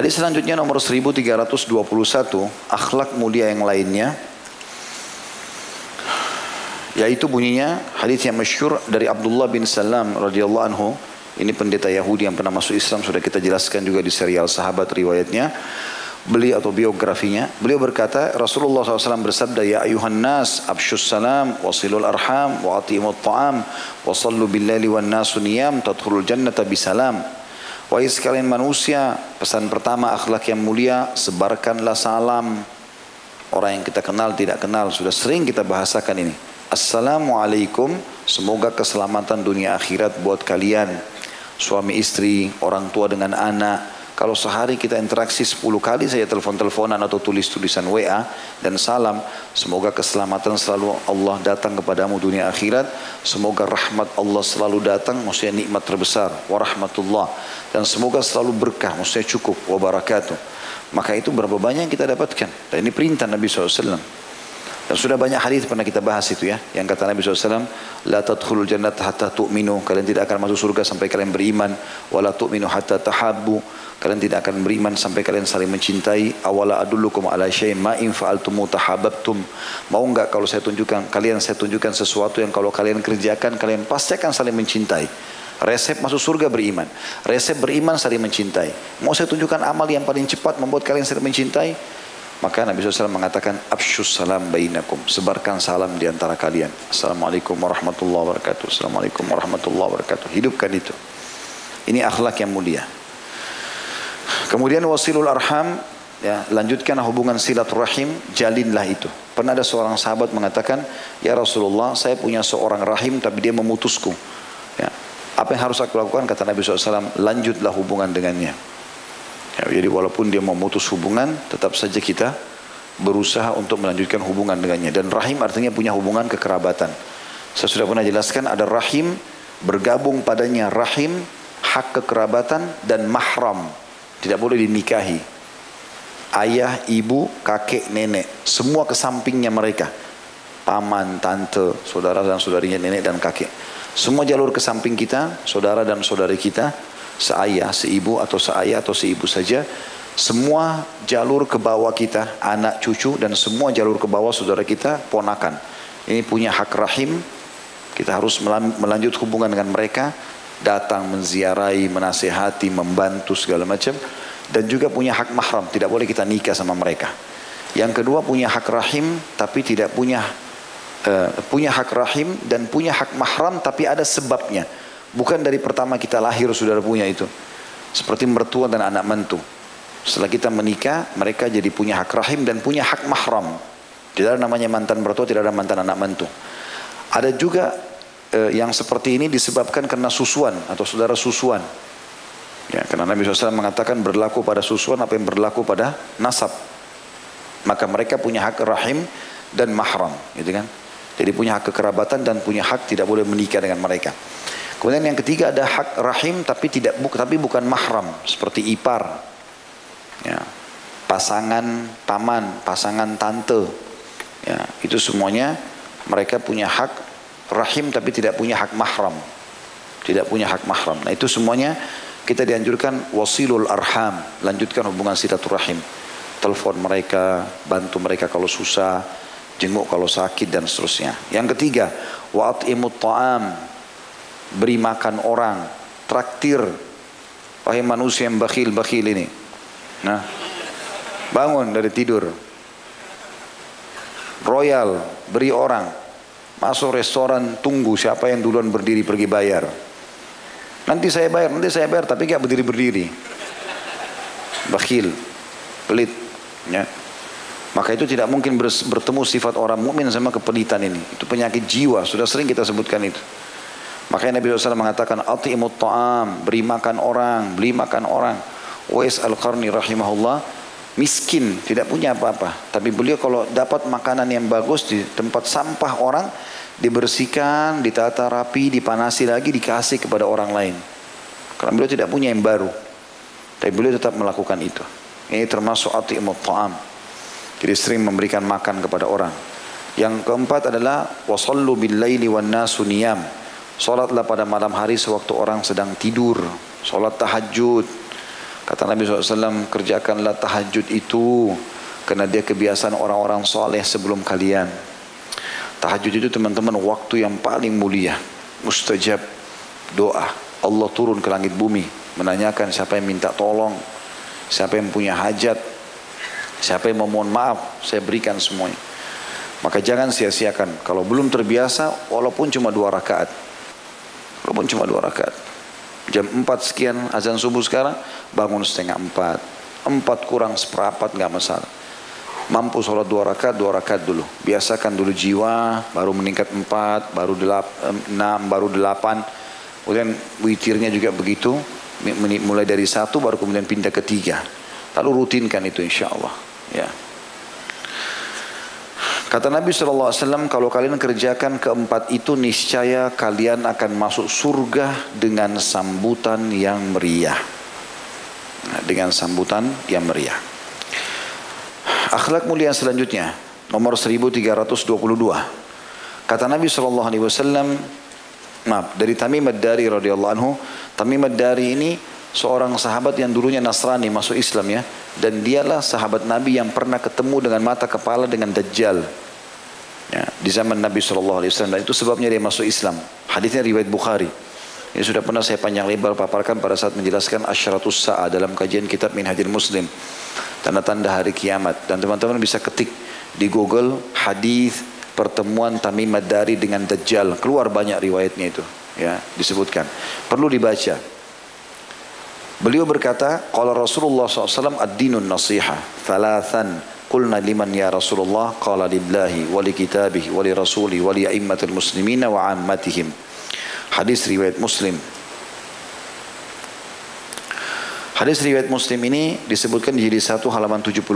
Hadis selanjutnya nomor 1321, akhlak mulia yang lainnya, yaitu bunyinya hadis yang masyhur dari Abdullah bin Salam radhiyallahu anhu. Ini pendeta Yahudi yang pernah masuk Islam, sudah kita jelaskan juga di serial sahabat riwayatnya. Beliau atau biografinya, beliau berkata, Rasulullah SAW bersabda, ya ayuhan nas, abshus salam, wasilul arham, wa atimut ta'am, wa sallu billaili wan nasu niyam, tadkhulul jannata bisalam. Wahai sekalian manusia, pesan pertama akhlak yang mulia, sebarkanlah salam. Orang yang kita kenal, tidak kenal, sudah sering kita bahasakan ini. Assalamualaikum, semoga keselamatan dunia akhirat buat kalian. Suami istri, orang tua dengan anak. Kalau sehari kita interaksi 10 kali saya telepon-teleponan atau tulis-tulisan WA dan salam, semoga keselamatan selalu Allah datang kepadamu dunia akhirat, semoga rahmat Allah selalu datang, maksudnya nikmat terbesar, warahmatullah, dan semoga selalu berkah, maksudnya cukup, wabarakatuh. Maka itu berapa banyak yang kita dapatkan, dan ini perintah Nabi SAW. Dan sudah banyak hadis pernah kita bahas itu ya, yang kata Nabi SAW, la tadkhulul jannata hatta tu'minu, kalian tidak akan masuk surga sampai kalian beriman, wala tu'minu hatta tahabbu, kalian tidak akan beriman sampai kalian saling mencintai, awala adullukum ala syai'in ma in fa'altum tahabbtum, mau enggak kalau saya tunjukkan sesuatu yang kalau kalian kerjakan kalian pasti akan saling mencintai. Resep masuk surga beriman, resep beriman saling mencintai. Mau saya tunjukkan amal yang paling cepat membuat kalian saling mencintai? Maka Nabi SAW mengatakan, Abshus salam bainakum, sebarkan salam di antara kalian. Assalamualaikum warahmatullahi wabarakatuh. Assalamualaikum warahmatullahi wabarakatuh. Hidupkan itu. Ini akhlak yang mulia. Kemudian wasilul arham, ya, lanjutkan hubungan silaturahim, jalinlah itu. Pernah ada seorang sahabat mengatakan, ya Rasulullah, saya punya seorang rahim tapi dia memutusku. Ya, apa yang harus aku lakukan? Kata Nabi SAW, lanjutlah hubungan dengannya. Ya, jadi walaupun dia memutus hubungan, tetap saja kita berusaha untuk melanjutkan hubungan dengannya. Dan rahim artinya punya hubungan kekerabatan. Saya sudah pernah jelaskan, ada rahim, bergabung padanya rahim, hak kekerabatan, dan mahram. Tidak boleh dinikahi. Ayah, ibu, kakek, nenek, semua ke sampingnya mereka. Paman, tante, saudara dan saudarinya, nenek dan kakek. Semua jalur ke samping kita, saudara dan saudari kita, seayah, seibu atau seayah atau seibu saja, semua jalur ke bawah kita, anak, cucu, dan semua jalur ke bawah saudara kita, ponakan. Ini punya hak rahim, kita harus melanjut hubungan dengan mereka, datang, menziarahi, menasehati, membantu segala macam, dan juga punya hak mahram, tidak boleh kita nikah sama mereka. Yang kedua punya hak rahim, tapi tidak punya hak rahim dan punya hak mahram, tapi ada sebabnya. Bukan dari pertama kita lahir saudara punya itu. Seperti mertua dan anak mantu. Setelah kita menikah, mereka jadi punya hak rahim dan punya hak mahram. Tidak ada namanya mantan mertua, tidak ada mantan anak mantu. Ada juga yang seperti ini disebabkan karena susuan atau saudara susuan. Ya, karena Nabi SAW mengatakan berlaku pada susuan apa yang berlaku pada nasab. Maka mereka punya hak rahim dan mahram, gitu kan? Jadi punya hak kekerabatan dan punya hak tidak boleh menikah dengan mereka. Kemudian yang ketiga ada hak rahim tapi bukan mahram, seperti ipar, ya, pasangan paman, pasangan tante, ya, itu semuanya mereka punya hak rahim tapi tidak punya hak mahram, tidak punya hak mahram. Nah itu semuanya kita dianjurkan wasilul arham, lanjutkan hubungan silaturahim, telepon mereka, bantu mereka kalau susah, jenguk kalau sakit dan seterusnya. Yang ketiga wa'atimut ta'am, beri makan orang, traktir. Wahai manusia yang bakhil-bakhil ini, nah, bangun dari tidur, royal, beri orang, masuk restoran, tunggu siapa yang duluan berdiri pergi bayar. Nanti saya bayar, tapi gak berdiri-berdiri. Bakhil, pelit, ya. Maka itu tidak mungkin bertemu sifat orang mukmin sama kepelitan ini. Itu penyakit jiwa, sudah sering kita sebutkan itu. Makanya Nabi SAW mengatakan atimut ta'am, beri makan orang, beli makan orang. Uwais Al-Qarni rahimahullah miskin, tidak punya apa-apa, tapi beliau kalau dapat makanan yang bagus di tempat sampah orang, dibersihkan, ditata rapi, dipanasi lagi, dikasih kepada orang lain. Karena beliau tidak punya yang baru, tapi beliau tetap melakukan itu. Ini termasuk atimut ta'am. Jadi sering memberikan makan kepada orang. Yang keempat adalah wasallu bil laili wan nasu niyam. Salatlah pada malam hari sewaktu orang sedang tidur, salat tahajud. Kata Nabi SAW, kerjakanlah tahajud itu karena dia kebiasaan orang-orang soleh sebelum kalian. Tahajud itu teman-teman waktu yang paling mulia, mustajab doa. Allah turun ke langit bumi menanyakan siapa yang minta tolong, siapa yang punya hajat, siapa yang memohon maaf, saya berikan semuanya. Maka jangan sia-siakan. Kalau belum terbiasa, walaupun cuma 2 rakaat. Walaupun cuma 2 rakaat. Jam 4 sekian azan subuh sekarang, bangun setengah 4. 4 kurang seperempat nggak masalah. Mampu sholat 2 rakaat dulu. Biasakan dulu jiwa, baru meningkat 4, baru 6, baru 8. Kemudian witirnya juga begitu. Mulai dari 1 baru kemudian pindah ke 3. Lalu rutinkan itu insya Allah. Ya. Kata Nabi SAW, kalau kalian kerjakan keempat itu, niscaya kalian akan masuk surga dengan sambutan yang meriah. Nah, dengan sambutan yang meriah. Akhlak mulia selanjutnya, nomor 1322. Kata Nabi SAW, dari Tamim ad-Dari radhiyallahu anhu. Tamim ad-Dari ini seorang sahabat yang dulunya Nasrani masuk Islam ya, dan dialah sahabat Nabi yang pernah ketemu dengan mata kepala dengan Dajjal ya, di zaman Nabi SAW, dan itu sebabnya dia masuk Islam. Hadisnya riwayat Bukhari. Ini sudah pernah saya panjang lebar paparkan pada saat menjelaskan Asyratus Sa'ah dalam kajian kitab Minhajul Muslim, tanda-tanda hari kiamat. Dan teman-teman bisa ketik di Google hadis pertemuan Tamim ad-Dari dengan Dajjal, keluar banyak riwayatnya itu ya, disebutkan, perlu dibaca. Beliau berkata, qala Rasulullah SAW, ad-dinun nasiha thalathan qulna liman ya Rasulullah, qala lillahi wa li kitabihi wa li rasulihi wa li a'immatil muslimina wa ammatihim. Hadis riwayat Muslim. Hadis riwayat Muslim ini disebutkan di jilid 1 halaman 74.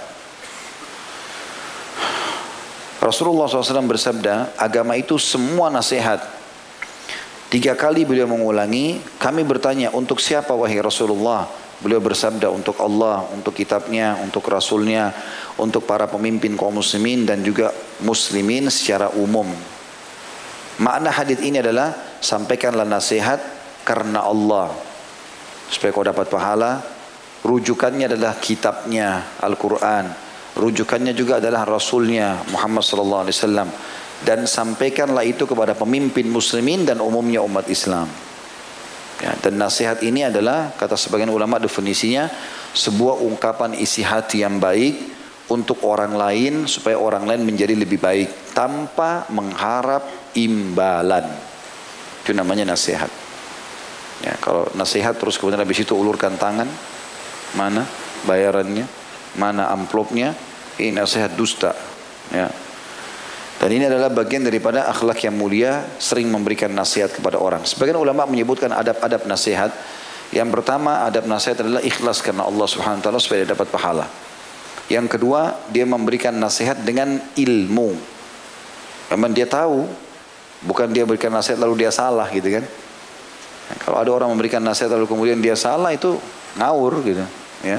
Rasulullah SAW bersabda, agama itu semua nasihat. 3 kali beliau mengulangi, kami bertanya, untuk siapa wahai Rasulullah? Beliau bersabda, untuk Allah, untuk kitabnya, untuk Rasulnya, untuk para pemimpin kaum muslimin dan juga muslimin secara umum. Makna hadis ini adalah, sampaikanlah nasihat karena Allah, supaya kau dapat pahala. Rujukannya adalah kitabnya, Al-Quran. Rujukannya juga adalah Rasulnya, Muhammad SAW. Dan sampaikanlah itu kepada pemimpin muslimin dan umumnya umat Islam. Ya, dan nasihat ini adalah, kata sebagian ulama definisinya, sebuah ungkapan isi hati yang baik untuk orang lain supaya orang lain menjadi lebih baik tanpa mengharap imbalan. Itu namanya nasihat. Ya, kalau nasihat terus kemudian habis itu ulurkan tangan, mana bayarannya, mana amplopnya, ini nasihat dusta. Ya. Dan ini adalah bagian daripada akhlak yang mulia, sering memberikan nasihat kepada orang. Sebagian ulama menyebutkan adab-adab nasihat. Yang pertama, adab nasihat adalah ikhlas karena Allah Subhanahu wa taala supaya dia dapat pahala. Yang kedua, dia memberikan nasihat dengan ilmu. Memang dia tahu, bukan dia berikan nasihat lalu dia salah gitu kan. Nah, kalau ada orang memberikan nasihat lalu kemudian dia salah, itu ngawur gitu ya.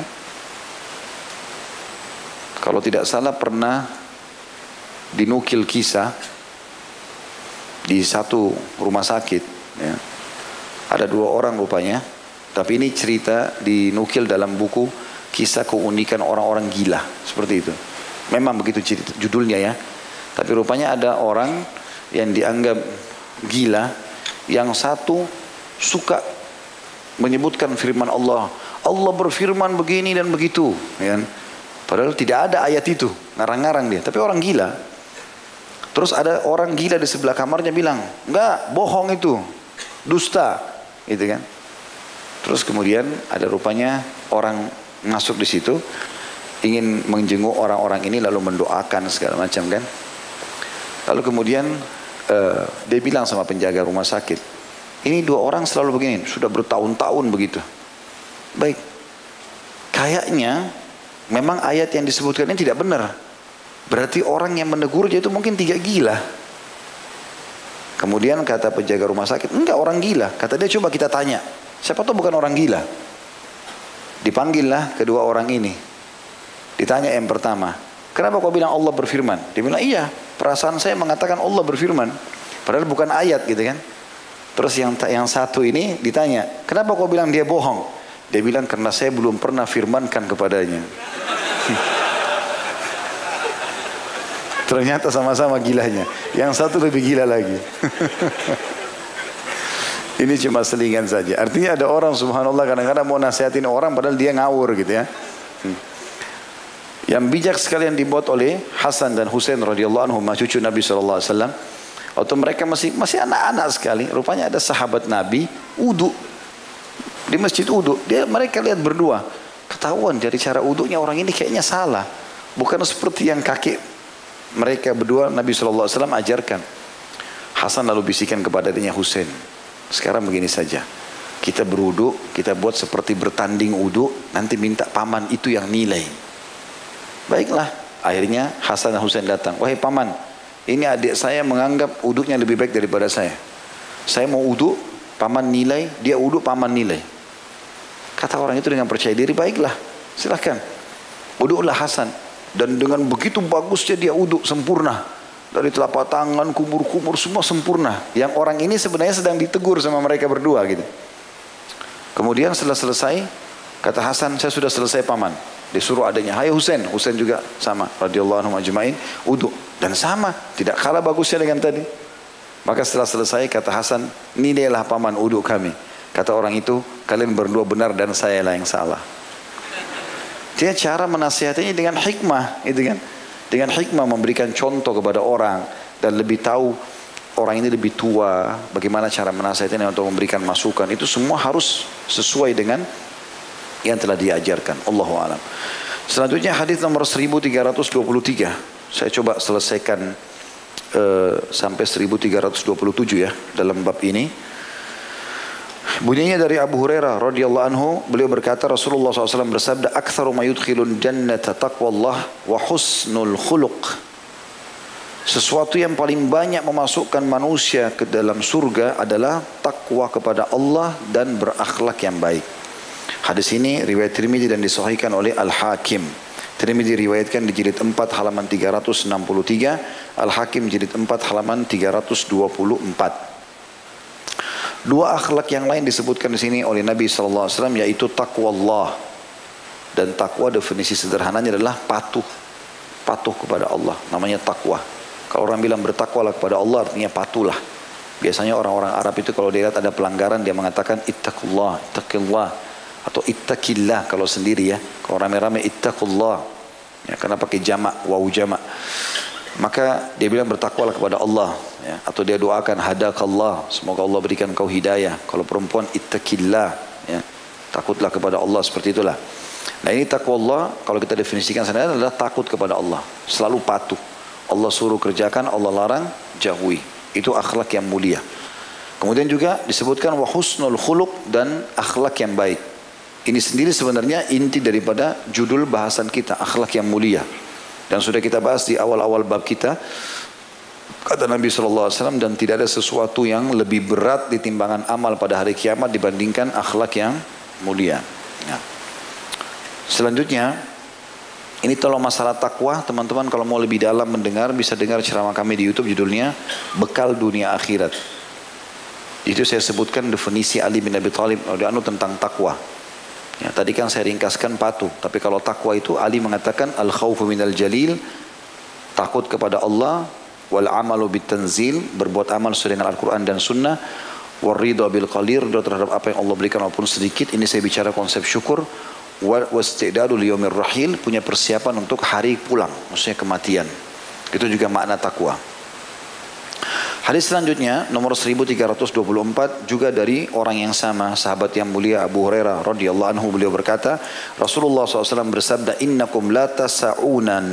Kalau tidak salah pernah dinukil kisah di satu rumah sakit ya. Ada 2 orang rupanya, tapi ini cerita dinukil dalam buku kisah keunikan orang-orang gila, seperti itu. Memang begitu judulnya ya. Tapi rupanya ada orang yang dianggap gila, yang satu suka menyebutkan firman Allah. Allah berfirman begini dan begitu ya. Padahal tidak ada ayat itu, ngarang-ngarang dia, tapi orang gila. Terus ada orang gila di sebelah kamarnya bilang, enggak, bohong itu, dusta, gitu kan. Terus kemudian ada rupanya orang masuk di situ, ingin menjenguk orang-orang ini lalu mendoakan segala macam kan. Lalu kemudian dia bilang sama penjaga rumah sakit, ini 2 orang selalu begini, sudah bertahun-tahun begitu. Baik, kayaknya memang ayat yang disebutkan ini tidak benar. Berarti orang yang menegur dia itu mungkin 3 gila. Kemudian kata penjaga rumah sakit, enggak orang gila. Kata dia, coba kita tanya, siapa tahu bukan orang gila. Dipanggillah kedua orang ini. Ditanya yang pertama, kenapa kau bilang Allah berfirman? Dia bilang, iya, perasaan saya mengatakan Allah berfirman. Padahal bukan ayat gitu kan. Terus yang satu ini ditanya, kenapa kau bilang dia bohong? Dia bilang karena saya belum pernah firmankan kepadanya. Ternyata sama-sama gilanya. Yang satu lebih gila lagi. Ini cuma selingan saja. Artinya ada orang subhanallah kadang-kadang mau nasihatin orang padahal dia ngawur gitu ya. Yang bijak sekali yang dibuat oleh Hasan dan Husain radhiyallahu anhum, cucu Nabi SAW. Waktu mereka masih anak-anak sekali. Rupanya ada sahabat Nabi wudu di masjid wudu. Mereka lihat berdua. Ketahuan dari cara wudunya orang ini kayaknya salah. Bukan seperti yang kakek mereka berdua Nabi SAW ajarkan. Hasan lalu bisikan kepada adiknya Husain. Sekarang begini saja. Kita berwudu, kita buat seperti bertanding wudu. Nanti minta paman itu yang nilai. Baiklah. Akhirnya Hasan dan Husain datang. Wahai paman, ini adik saya menganggap wudunya lebih baik daripada saya. Saya mau wudu, paman nilai. Dia wudu, paman nilai. Kata orang itu dengan percaya diri, baiklah. Silahkan. Wudulah Hasan. Dan dengan begitu bagusnya dia wudu sempurna. Dari telapak tangan, kumur-kumur semua sempurna. Yang orang ini sebenarnya sedang ditegur sama mereka berdua gitu. Kemudian setelah selesai, kata Hasan, saya sudah selesai paman. Disuruh adanya, hai Husain. Husain juga sama, radhiyallahu anhum ajma'in, wudu. Dan sama, tidak kalah bagusnya dengan tadi. Maka setelah selesai, kata Hasan, nilailah paman wudu kami. Kata orang itu, kalian berdua benar dan saya lah yang salah. Dia cara menasihatinya dengan hikmah, gitu kan? Dengan hikmah memberikan contoh kepada orang dan lebih tahu orang ini lebih tua, bagaimana cara menasihatinya untuk memberikan masukan. Itu semua harus sesuai dengan yang telah diajarkan. Allahu a'lam. Selanjutnya hadis nomor 1323. Saya coba selesaikan sampai 1327 ya dalam bab ini. Bunyinya dari Abu Hurairah radhiyallahu anhu, beliau berkata Rasulullah SAW bersabda, "Aktsaru ma yudkhilun jannata taqwallah wa husnul khuluq." Sesuatu yang paling banyak memasukkan manusia ke dalam surga adalah takwa kepada Allah dan berakhlak yang baik. Hadis ini riwayat Tirmidzi dan disahihkan oleh Al-Hakim. Tirmidzi riwayatkan di jilid 4 halaman 363, Al-Hakim jilid 4 halaman 324. Dua akhlak yang lain disebutkan di sini oleh Nabi SAW, yaitu takwa Allah. Dan takwa definisi sederhananya adalah patuh kepada Allah. Namanya takwa. Kalau orang bilang bertakwalah kepada Allah, artinya patuhlah. Biasanya orang-orang Arab itu kalau dia lihat ada pelanggaran, dia mengatakan ittaqullah, ittaqillah, atau ittaqillah kalau sendiri ya. Kalau rame-rame ittaqullah, ya, karena pakai jamak, waw jamak. Maka dia bilang bertakwalah kepada Allah, ya. Atau dia doakan hadakallah, semoga Allah berikan kau hidayah. Kalau perempuan ittaqillah, ya, takutlah kepada Allah, seperti itulah. Nah ini takwa Allah, kalau kita definisikan sebenarnya adalah takut kepada Allah, selalu patuh. Allah suruh kerjakan, Allah larang jauhi. Itu akhlak yang mulia. Kemudian juga disebutkan wa husnul khuluq, dan akhlak yang baik. Ini sendiri sebenarnya inti daripada judul bahasan kita, akhlak yang mulia. Dan sudah kita bahas di awal-awal bab kita. Kata Nabi SAW, dan tidak ada sesuatu yang lebih berat di timbangan amal pada hari kiamat dibandingkan akhlak yang mulia. Ya. Selanjutnya, ini kalau masalah takwa, teman-teman kalau mau lebih dalam mendengar, bisa dengar ceramah kami di YouTube, judulnya Bekal Dunia Akhirat. Itu saya sebutkan definisi Ali bin Abi Thalib tentang takwa. Ya, tadi kan saya ringkaskan patuh, tapi kalau takwa itu Ali mengatakan al-khawfu minal jalil, takut kepada Allah, wal amalu bitanzil, berbuat amal sesuai dengan Al-Quran dan Sunnah, wal ridha bil qalir, ridha terhadap apa yang Allah berikan walaupun sedikit. Ini saya bicara konsep syukur. Wastidadu liyawmir rahil, punya persiapan untuk hari pulang, maksudnya kematian. Itu juga makna takwa. Hadis selanjutnya nomor 1324 juga dari orang yang sama, sahabat yang mulia Abu Hurairah radhiyallahu anhu, beliau berkata Rasulullah SAW bersabda, innakum la tasa'una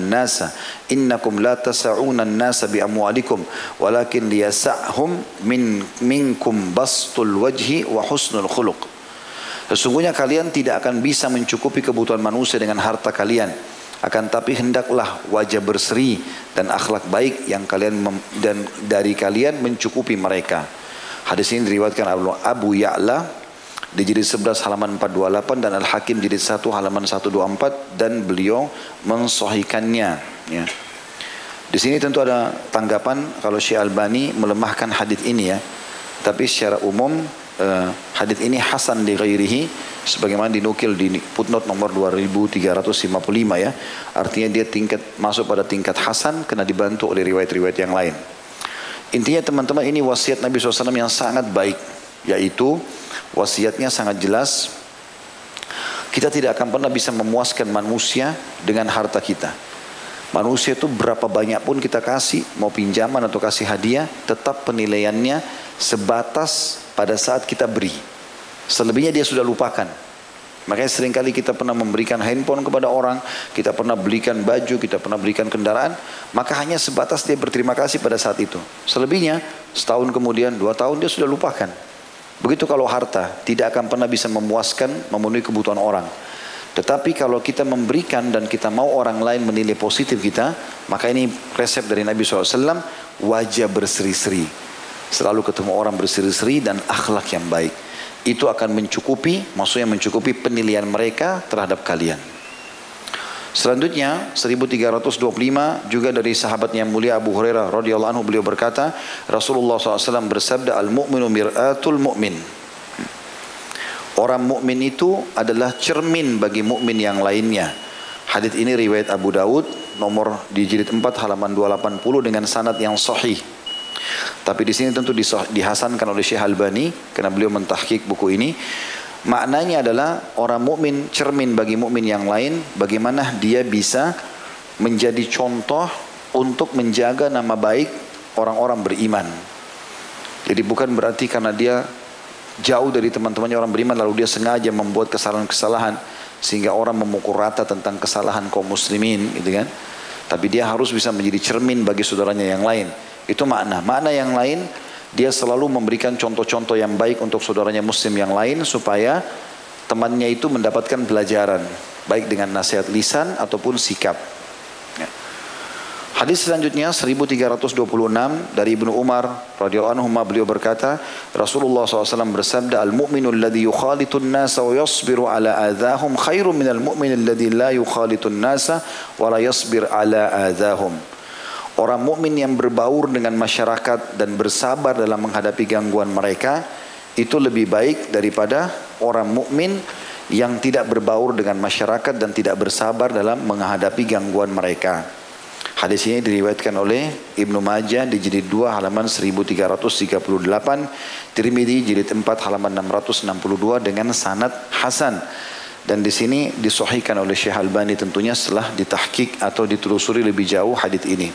an-nasa bi amwalikum walakin liyasa'hum minkum bastul wajhi wa husnul khuluq. Sesungguhnya kalian tidak akan bisa mencukupi kebutuhan manusia dengan harta kalian, akan tapi hendaklah wajah berseri dan akhlak baik yang dan dari kalian mencukupi mereka. Hadis ini diriwayatkan Abu Ya'la di jilid 11 halaman 428 dan Al-Hakim jilid 1 halaman 124, dan beliau mensahihkannya. Ya. Di sini tentu ada tanggapan kalau Syekh Albani melemahkan hadis ini ya. Tapi secara umum hadits ini hasan li ghairihi sebagaimana dinukil di footnote nomor 2355 ya. Artinya dia masuk pada tingkat hasan karena dibantu oleh riwayat-riwayat yang lain. Intinya teman-teman, ini wasiat Nabi SAW yang sangat baik, yaitu wasiatnya sangat jelas. Kita tidak akan pernah bisa memuaskan manusia dengan harta kita. Manusia itu berapa banyak pun kita kasih, mau pinjaman atau kasih hadiah, tetap penilaiannya sebatas pada saat kita beri. Selebihnya dia sudah lupakan. Makanya seringkali kita pernah memberikan handphone kepada orang, kita pernah belikan baju, kita pernah berikan kendaraan, maka hanya sebatas dia berterima kasih pada saat itu. Selebihnya, setahun kemudian, 2 tahun dia sudah lupakan. Begitu kalau harta, tidak akan pernah bisa memuaskan, memenuhi kebutuhan orang. Tetapi kalau kita memberikan dan kita mau orang lain menilai positif kita, maka ini resep dari Nabi SAW, wajah berseri-seri. Selalu ketemu orang berseri-seri dan akhlak yang baik. Itu akan mencukupi, maksudnya mencukupi penilaian mereka terhadap kalian. Selanjutnya 1325 juga dari sahabatnya yang mulia Abu Hurairah radhiyallahu anhu, beliau berkata, Rasulullah SAW bersabda, al-mu'minu mir'atul mu'min. Orang mukmin itu adalah cermin bagi mukmin yang lainnya. Hadits ini riwayat Abu Daud nomor di jilid 4 halaman 280 dengan sanad yang sahih. Tapi di sini tentu dihasankan oleh Syekh Albani karena beliau mentahqiq buku ini. Maknanya adalah orang mukmin cermin bagi mukmin yang lain, bagaimana dia bisa menjadi contoh untuk menjaga nama baik orang-orang beriman. Jadi bukan berarti karena dia jauh dari teman-temannya orang beriman lalu dia sengaja membuat kesalahan-kesalahan sehingga orang memukul rata tentang kesalahan kaum muslimin, gitu kan. Tapi dia harus bisa menjadi cermin bagi saudaranya yang lain. Itu makna yang lain, dia selalu memberikan contoh-contoh yang baik untuk saudaranya muslim yang lain supaya temannya itu mendapatkan pelajaran baik dengan nasihat lisan ataupun sikap. Hadis selanjutnya 1326 dari Ibnu Umar radhiyallahu anhu, beliau berkata, Rasulullah SAW bersabda, al-mu'minu alladhi yukhalitun nasa wa yasbiru ala adhahum khairum minal mu'min alladhi la yukhalitun nasa wa la yasbir ala adhahum. Orang mukmin yang berbaur dengan masyarakat dan bersabar dalam menghadapi gangguan mereka itu lebih baik daripada orang mukmin yang tidak berbaur dengan masyarakat dan tidak bersabar dalam menghadapi gangguan mereka. Hadis ini diriwayatkan oleh Ibnu Majah di jilid 2 halaman 1338, Tirmidzi jilid 4 halaman 662 dengan sanad hasan. Dan di sini disahihkan oleh Syekh Albani tentunya setelah ditahqiq atau ditelusuri lebih jauh hadis ini.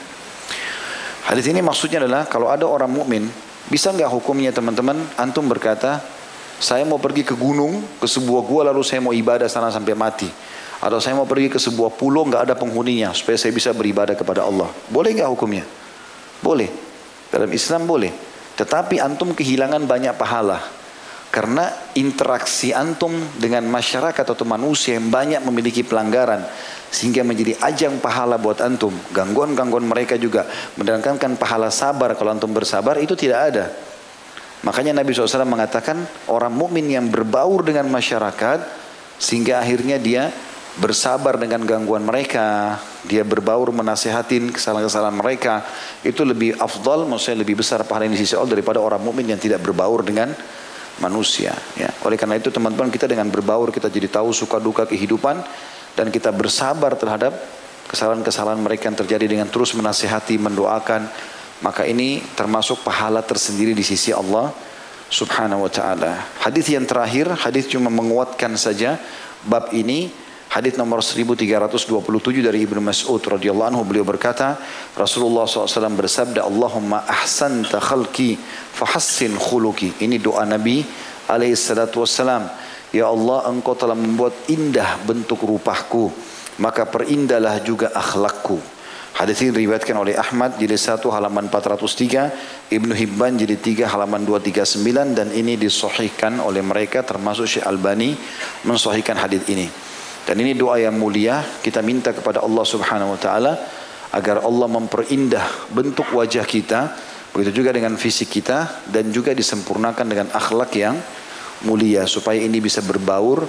Hadis ini maksudnya adalah kalau ada orang mukmin, bisa nggak hukumnya teman-teman, antum berkata, saya mau pergi ke gunung, ke sebuah gua lalu saya mau ibadah sana sampai mati. Atau saya mau pergi ke sebuah pulau nggak ada penghuninya supaya saya bisa beribadah kepada Allah. Boleh nggak hukumnya? Boleh. Dalam Islam boleh. Tetapi antum kehilangan banyak pahala. Karena interaksi antum dengan masyarakat atau manusia yang banyak memiliki pelanggaran. Sehingga menjadi ajang pahala buat antum. Gangguan-gangguan mereka juga mendatangkan pahala sabar. Kalau antum bersabar itu tidak ada. Makanya Nabi SAW mengatakan orang mukmin yang berbaur dengan masyarakat sehingga akhirnya dia bersabar dengan gangguan mereka, dia berbaur menasihatin kesalahan-kesalahan mereka, itu lebih afdal, maksudnya lebih besar pahala di sisi Allah daripada orang mukmin yang tidak berbaur dengan manusia. Ya. Oleh karena itu teman-teman, kita dengan berbaur kita jadi tahu suka duka kehidupan dan kita bersabar terhadap kesalahan-kesalahan mereka yang terjadi dengan terus menasihati, mendoakan, maka ini termasuk pahala tersendiri di sisi Allah Subhanahu wa ta'ala. Hadis yang terakhir, hadis cuma menguatkan saja bab ini. Hadis nomor 1327 dari Ibnu Mas'ud radhiyallahu anhu, beliau berkata, Rasulullah SAW bersabda, Allahumma ahsanta khalqi fahassin khuluqi. Ini doa Nabi alaihi salatu wassalam. Ya Allah, engkau telah membuat indah bentuk rupaku, maka perindahlah juga akhlakku. Hadis ini diriwayatkan oleh Ahmad jilid 1 halaman 403, Ibnu Hibban jilid 3 halaman 239, dan ini disahihkan oleh mereka termasuk Syekh Albani mensahihkan hadis ini. Dan ini doa yang mulia, kita minta kepada Allah Subhanahu wa taala agar Allah memperindah bentuk wajah kita, begitu juga dengan fisik kita, dan juga disempurnakan dengan akhlak yang mulia supaya ini bisa berbaur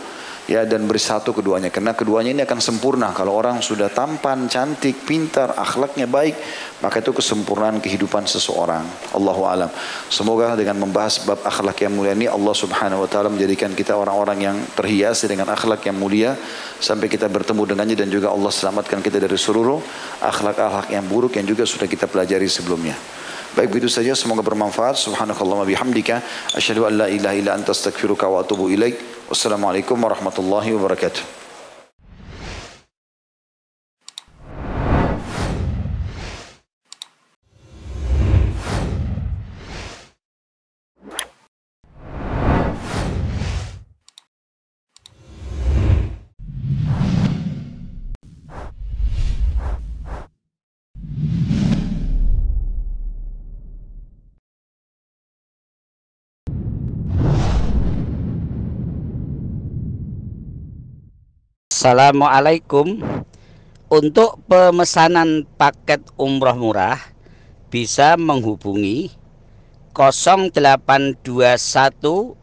ya, dan bersatu keduanya, karena keduanya ini akan sempurna. Kalau orang sudah tampan, cantik, pintar, akhlaknya baik, maka itu kesempurnaan kehidupan seseorang. Allahu alam. Semoga dengan membahas bab akhlak yang mulia ini, Allah Subhanahu wa taala menjadikan kita orang-orang yang terhiasi dengan akhlak yang mulia sampai kita bertemu dengannya, dan juga Allah selamatkan kita dari seluruh akhlak-akhlak yang buruk yang juga sudah kita pelajari sebelumnya. Baik, begitu saja, semoga bermanfaat. Subhanakallahumma bihamdika asyhadu an la ilaha illa anta astaghfiruka wa atubu ilaik. Wassalamualaikum warahmatullahi wabarakatuh. Assalamualaikum. Untuk pemesanan paket umroh murah bisa menghubungi 0821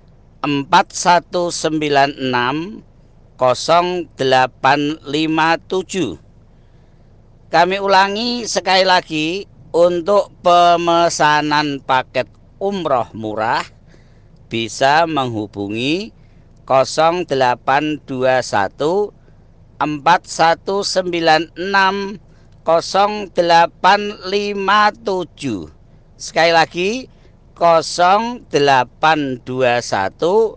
4196 0857. Kami ulangi sekali lagi, untuk pemesanan paket umroh murah bisa menghubungi 0821 4196 0857. Sekali lagi, 0821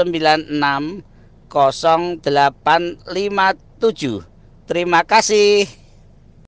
4196 0857. Terima kasih.